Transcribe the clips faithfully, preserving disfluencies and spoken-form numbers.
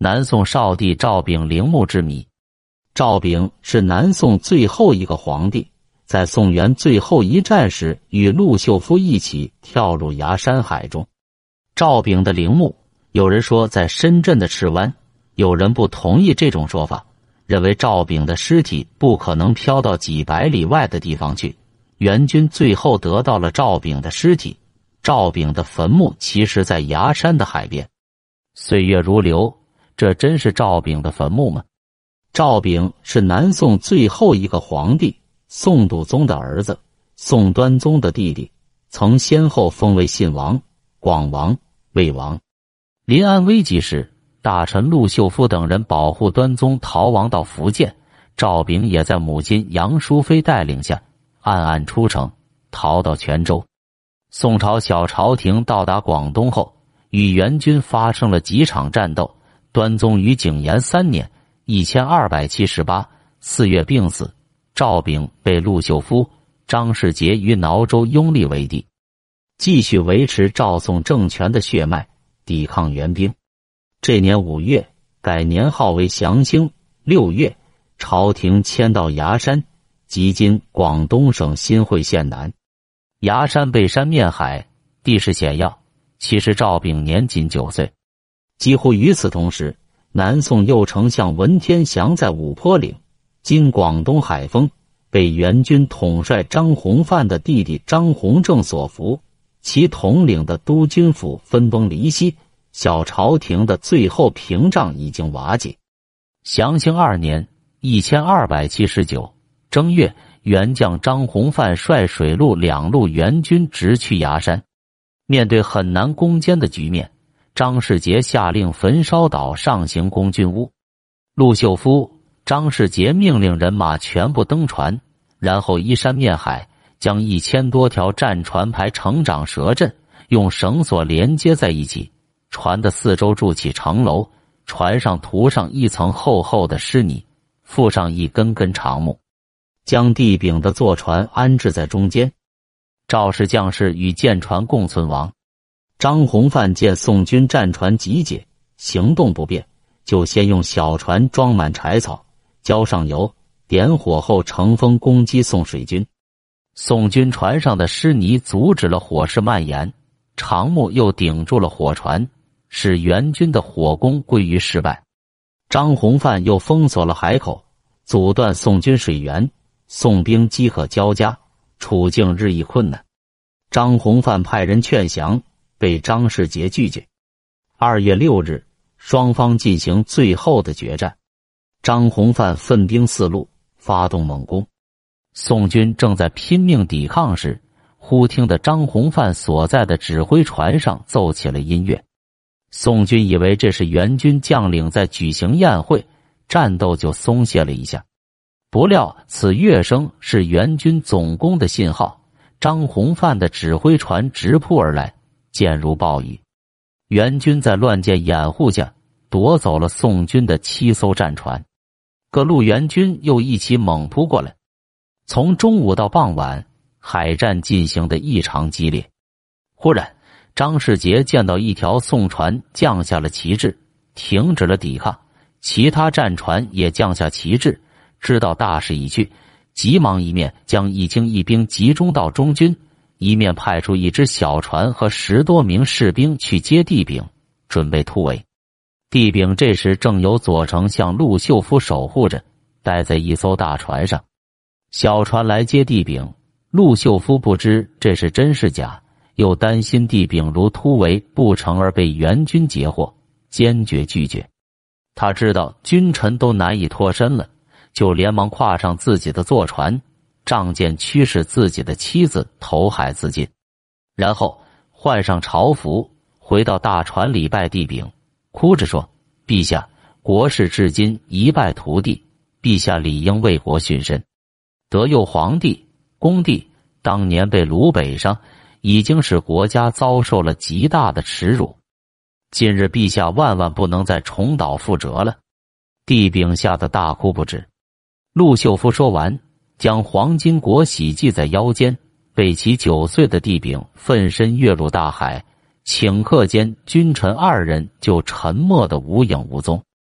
南宋少帝赵昺陵墓之谜。赵昺是南宋最后一个皇帝，在宋元最后一战时与陆秀夫一起跳入崖山海中。赵昺的陵墓，有人说在深圳的赤湾，有人不同意这种说法，认为赵昺的尸体不可能飘到几百里外的地方去。元军最后得到了赵昺的尸体，赵昺的坟墓其实在崖山的海边。岁月如流，这真是赵昺的坟墓吗？赵昺是南宋最后一个皇帝，宋度宗的儿子，宋端宗的弟弟，曾先后封为信王、广王、魏王。临安危急时，大臣陆秀夫等人保护端宗逃亡到福建，赵昺也在母亲杨淑妃带领下暗暗出城，逃到泉州。宋朝小朝廷到达广东后，与元军发生了几场战斗。端宗于景延三年（一千二百七十八）四月病死，赵昺被陆秀夫、张世杰于挠州拥立为帝，继续维持赵宋政权的血脉，抵抗元兵。这年五月，改年号为祥兴。六月，朝廷迁到崖山，即今广东省新会县南。崖山背山面海，地势险要。其实赵昺年仅九岁。几乎与此同时，南宋右丞相文天祥在五坡岭（今广东海丰）被元军统帅张弘范的弟弟张弘正所俘，其统领的督军府分崩离析，小朝廷的最后屏障已经瓦解。祥兴二年（一千二百七十九）正月，元将张弘范率水陆两路援军直趋崖山。面对很难攻坚的局面，张世杰下令焚烧岛上行宫军屋。陆秀夫、张世杰命令人马全部登船，然后依山面海，将一千多条战船排成长蛇阵，用绳索连接在一起，船的四周筑起城楼，船上涂上一层厚厚的湿泥，附上一根根长木，将帝昺的坐船安置在中间。赵氏将士与舰船共存亡。张弘范见宋军战船集结，行动不便，就先用小船装满柴草，浇上油，点火后乘风攻击宋水军。宋军船上的湿泥阻止了火势蔓延，长木又顶住了火船，使元军的火攻归于失败。张弘范又封锁了海口，阻断宋军水源，宋兵饥渴交加，处境日益困难。张弘范派人劝降，被张世杰拒绝。二月六日，双方进行最后的决战。张弘范分兵四路，发动猛攻。宋军正在拼命抵抗时，忽听得张弘范所在的指挥船上奏起了音乐。宋军以为这是元军将领在举行宴会，战斗就松懈了一下。不料此乐声是元军总攻的信号，张弘范的指挥船直扑而来，箭如暴雨。元军在乱箭掩护下夺走了宋军的七艘战船，各路援军又一起猛扑过来。从中午到傍晚，海战进行得异常激烈。忽然，张世杰见到一条宋船降下了旗帜，停止了抵抗，其他战船也降下旗帜，知道大势已去，急忙一面将一精一兵集中到中军，一面派出一支小船和十多名士兵去接帝昺，准备突围。帝昺这时正由左丞相陆秀夫守护着，待在一艘大船上。小船来接帝昺，陆秀夫不知这是真是假，又担心帝昺如突围不成而被元军截获，坚决拒绝。他知道君臣都难以脱身了，就连忙跨上自己的坐船，仗剑驱使自己的妻子投海自尽，然后换上朝服，回到大船里拜帝昺，哭着说：“陛下，国事至今一败涂地，陛下理应为国殉身。德佑皇帝、恭帝当年被掳北上，已经使国家遭受了极大的耻辱。今日陛下万万不能再重蹈覆辙了。”帝昺吓得大哭不止。陆秀夫说完，将黄金国玺系在腰间，被其九岁的帝昺奋身跃入大海，顷刻间君臣二人就沉没得无影无踪。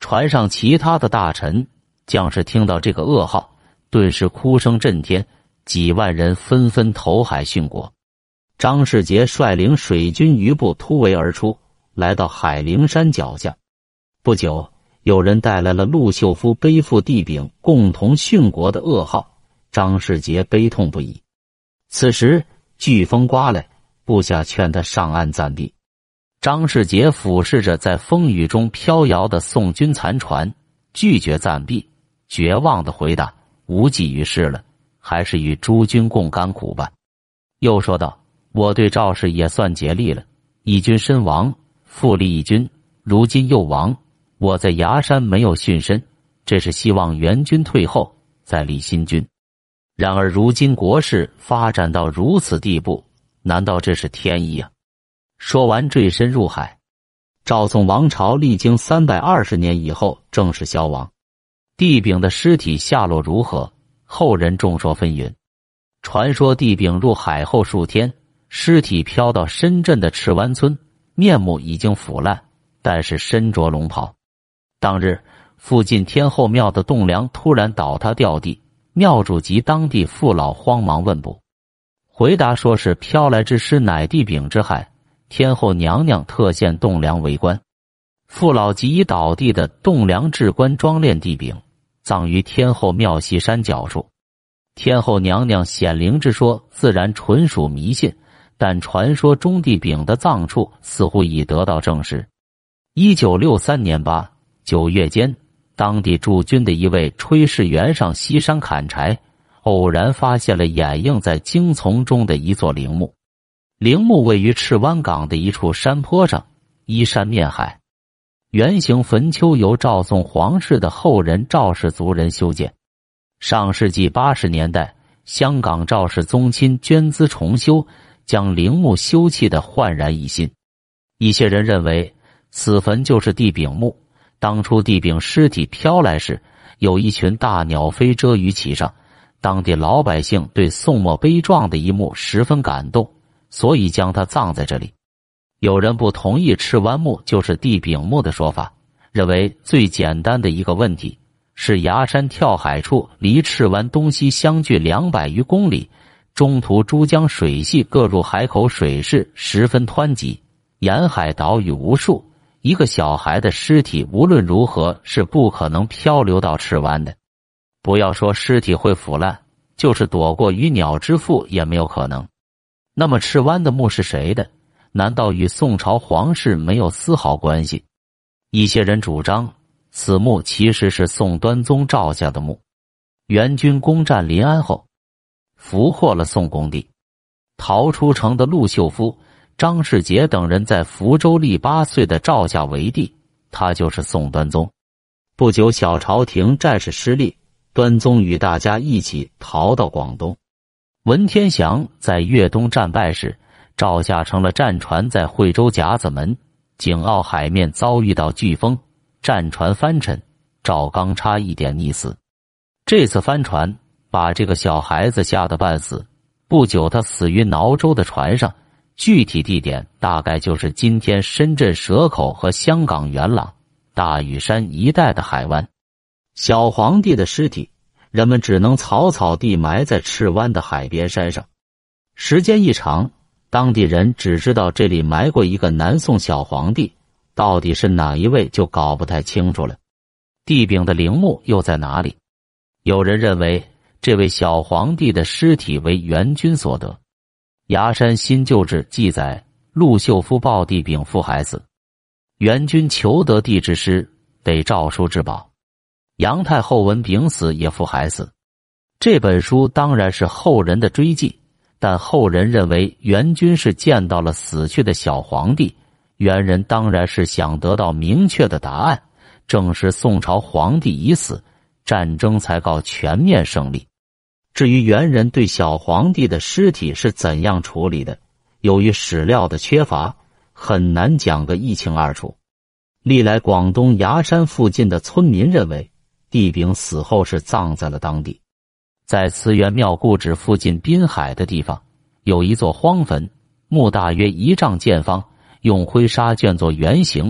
船上其他的大臣将士听到这个噩耗，顿时哭声震天，几万人纷纷投海殉国。张世杰率领水军余部突围而出，来到海陵山脚下。不久，有人带来了陆秀夫背负帝昺共同殉国的噩耗，张世杰悲痛不已。此时飓风刮来，部下劝他上岸暂避。张世杰俯视着在风雨中飘摇的宋军残船，拒绝暂避，绝望地回答：无济于事了，还是与诸军共甘苦吧。又说道：我对赵氏也算竭力了，一军身亡，复立一军，如今又亡，我在崖山没有殉身，这是希望援军退后，再立新军。然而如今国事发展到如此地步，难道这是天意啊？说完坠身入海。赵宋王朝历经三百二十年以后正式消亡。帝昺的尸体下落如何，后人众说纷纭。传说帝昺入海后数天，尸体飘到深圳的赤湾村，面目已经腐烂，但是身着龙袍。当日附近天后庙的栋梁突然倒塌掉地，庙主及当地父老慌忙问卜，回答说是飘来之尸乃帝昺之害，天后娘娘特献栋梁为官。父老即以倒地的栋梁置棺装殓帝昺，葬于天后庙西山脚处。天后娘娘显灵之说自然纯属迷信，但传说中帝昺的葬处似乎已得到证实。一九六三年八九月间，当地驻军的一位炊事员上西山砍柴，偶然发现了掩映在荆丛中的一座陵墓。陵墓位于赤湾港的一处山坡上，依山面海。圆形坟丘由赵宋皇室的后人赵氏族人修建。上世纪八十年代，香港赵氏宗亲捐资重修，将陵墓修葺得焕然一新。一些人认为此坟就是帝昺墓，当初帝昺尸体飘来时，有一群大鸟飞蛰于其上，当地老百姓对宋末悲壮的一幕十分感动，所以将他葬在这里。有人不同意赤湾墓就是帝昺墓的说法，认为最简单的一个问题是崖山跳海处离赤湾东西相距两百余公里，中途珠江水系各入海口水势十分湍急，沿海岛屿无数，一个小孩的尸体无论如何是不可能漂流到赤湾的。不要说尸体会腐烂，就是躲过鱼鸟之腹也没有可能。那么赤湾的墓是谁的？难道与宋朝皇室没有丝毫关系？一些人主张此墓其实是宋端宗赵家的墓。元军攻占临安后，俘获了宋恭帝，逃出城的陆秀夫、张世杰等人在福州立八岁的赵家为帝，他就是宋端宗。不久，小朝廷战事失利，端宗与大家一起逃到广东。文天祥在粤东战败时，赵家成了战船在惠州甲子门、景澳海面遭遇到飓风，战船翻沉，赵刚差一点溺死。这次翻船把这个小孩子吓得半死，不久他死于挠州的船上，具体地点大概就是今天深圳蛇口和香港元朗、大屿山一带的海湾。小皇帝的尸体，人们只能草草地埋在赤湾的海边山上。时间一长，当地人只知道这里埋过一个南宋小皇帝，到底是哪一位就搞不太清楚了。帝昺的陵墓又在哪里？有人认为这位小皇帝的尸体为元军所得。崖山新旧志记载，陆秀夫报帝昺父害死，元军求得帝之尸，得诏书至宝。杨太后闻昺死也父害死。这本书当然是后人的追记，但后人认为元军是见到了死去的小皇帝，元人当然是想得到明确的答案，证实宋朝皇帝已死，战争才告全面胜利。至于元人对小皇帝的尸体是怎样处理的，由于史料的缺乏，很难讲个一清二楚。历来广东崖山附近的村民认为，帝昺死后是葬在了当地。在慈元庙故址附近滨海的地方，有一座荒坟，墓大约一丈见方，用灰沙圈作圆形，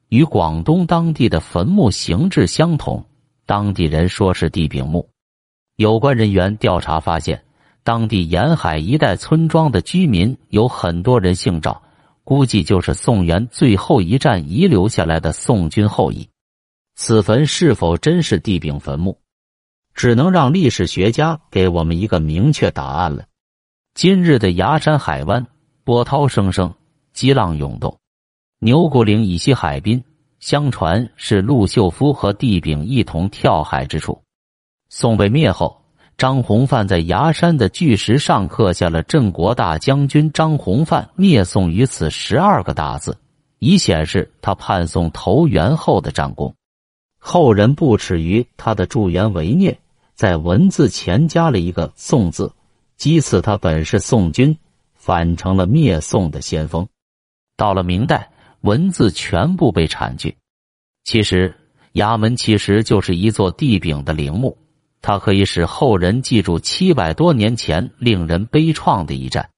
与广东当地的坟墓形制相同，当地人说是地丙墓。有关人员调查发现，当地沿海一带村庄的居民有很多人姓赵，估计就是宋元最后一战遗留下来的宋军后裔。此坟是否真是地丙坟墓，只能让历史学家给我们一个明确答案了。今日的崖山海湾，波涛生生，激浪涌动。牛骨岭以西海滨，相传是陆秀夫和地丙一同跳海之处。宋被灭后，张弘范在崖山的巨石上刻下了镇国大将军张弘范灭宋于此十二个大字，以显示他叛宋投袁后的战功。后人不耻于他的助袁为孽，在文字前加了一个宋字，讥刺他本是宋军，反成了灭宋的先锋。到了明代，文字全部被铲去。其实衙门其实就是一座地丙的陵墓，它可以使后人记住七百多年前令人悲怆的一战。